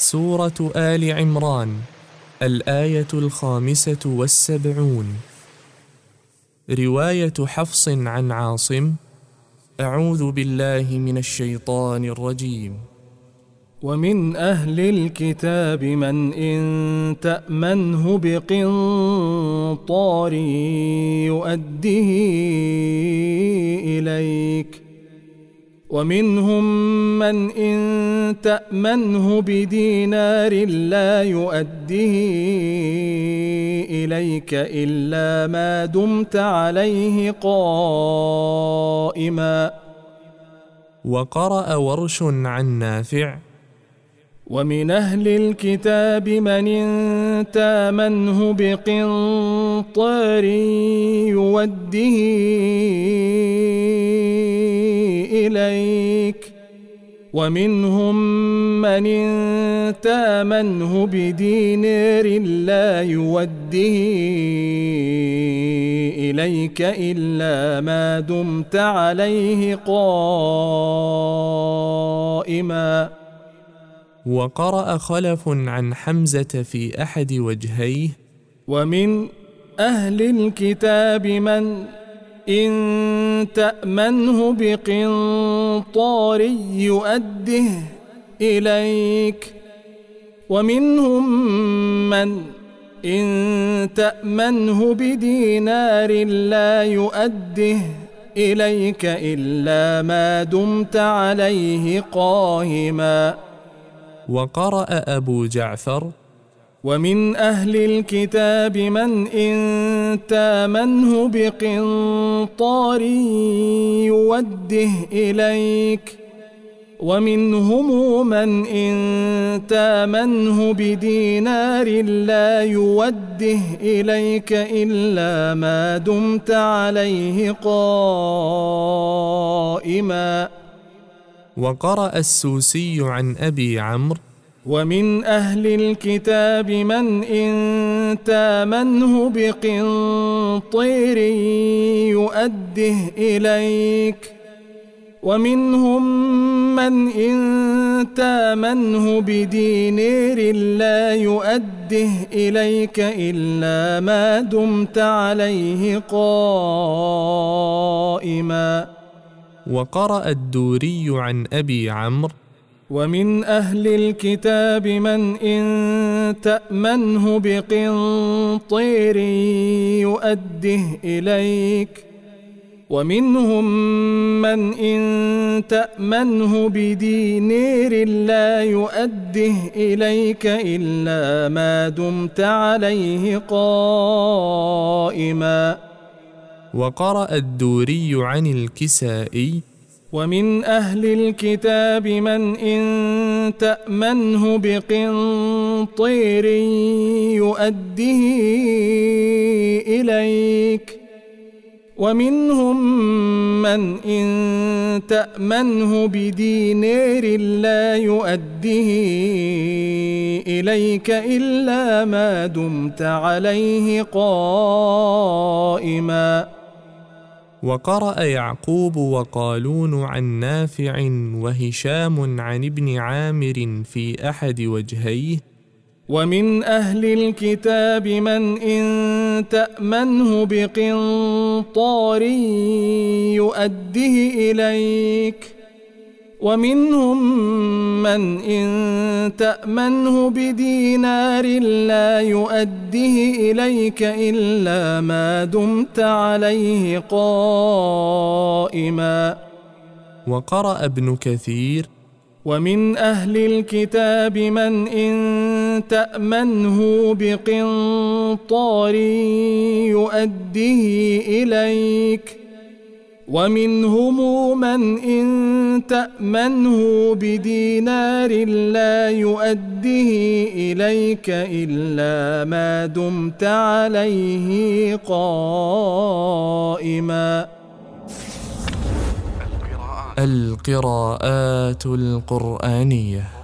سورة آل عمران، الآية 75. رواية حفص عن عاصم: أعوذ بالله من الشيطان الرجيم. ومن أهل الكتاب من إن تأمنه بقنطار يؤده إليك، ومنهم من إن تأمنه بدينار لا يؤده إليك إلا ما دمت عليه قائما. وقرأ ورش عن نافع: ومن أهل الكتاب من إن تامنه بقنطار يوده إليك، ومنهم من إن تامنه بدينار لا يوده إليك إلا ما دمت عليه قائما. وقرأ خلف عن حمزة في أحد وجهيه: ومن أهل الكتاب من إن تأمنه بقنطار يؤده إليك، ومنهم من إن تأمنه بدينار لا يؤده إليك إلا ما دمت عليه قائما. وقرأ أبو جعفر: ومن أهل الكتاب من إن تامنه بقنطار يوده إليك، ومنهم من إن تامنه بدينار لا يوده إليك إلا ما دمت عليه قائما. وقرأ السوسي عن أبي عمرو: ومن أهل الكتاب من إن تامنه بقنطير يؤده إليك، ومنهم من إن تامنه بدينار لا يؤده إليك إلا ما دمت عليه قائما. وقرأ الدوري عن أبي عمرو: ومن أهل الكتاب من إن تأمنه بقنطير يؤده إليك، ومنهم من إن تأمنه بدينار لا يؤده إليك إلا ما دمت عليه قائما. وقرأ الدوري عن الكسائي: ومن أهل الكتاب من إن تأمنه بقنطير يؤده إليك، ومنهم من إن تأمنه بدينار لا يؤده إليك إلا ما دمت عليه قائما. وقرأ يعقوب وقالون عن نافع وهشام عن ابن عامر في أحد وجهيه: ومن أهل الكتاب من إن تأمنه بقنطار يؤده إليك، ومنهم من إن تأمنه بدينار لا يؤده إليك إلا ما دمت عليه قائما. وقرأ ابن كثير: ومن أهل الكتاب من إن تأمنه بقنطار يؤده إليك، ومنهم من إن تأمنه بدينار لا يؤده إليك إلا ما دمت عليه قائما. القراءات القرآنية.